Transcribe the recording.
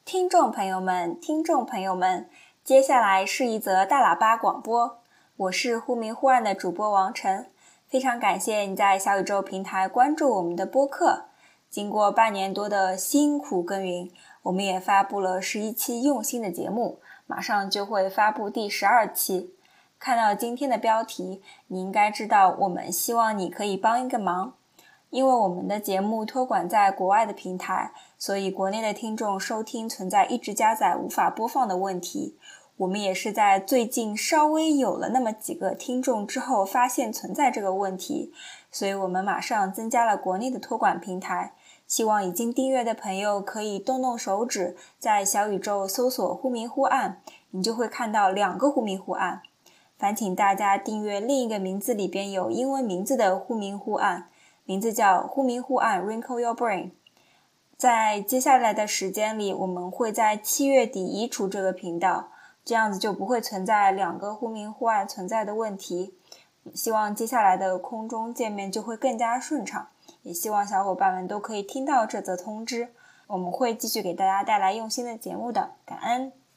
听众朋友们，接下来是一则大喇叭广播。我是忽明忽暗的主播王晨，非常感谢你在小宇宙平台关注我们的播客。经过半年多的辛苦耕耘，我们也发布了11期用心的节目，马上就会发布第12期。看到今天的标题，你应该知道我们希望你可以帮一个忙。因为我们的节目托管在国外的平台，所以国内的听众收听存在一直加载无法播放的问题。我们也是在最近稍微有了那么几个听众之后发现存在这个问题，所以我们马上增加了国内的托管平台。希望已经订阅的朋友可以动动手指，在小宇宙搜索忽明忽暗，你就会看到2个忽明忽暗。烦请大家订阅另一个名字里边有英文名字的忽明忽暗，名字叫忽明忽暗 Wrinkle Your Brain。 在接下来的时间里，我们会在7月底移除这个频道，这样子就不会存在2个忽明忽暗存在的问题。希望接下来的空中见面就会更加顺畅，也希望小伙伴们都可以听到这则通知。我们会继续给大家带来用心的节目的，感恩。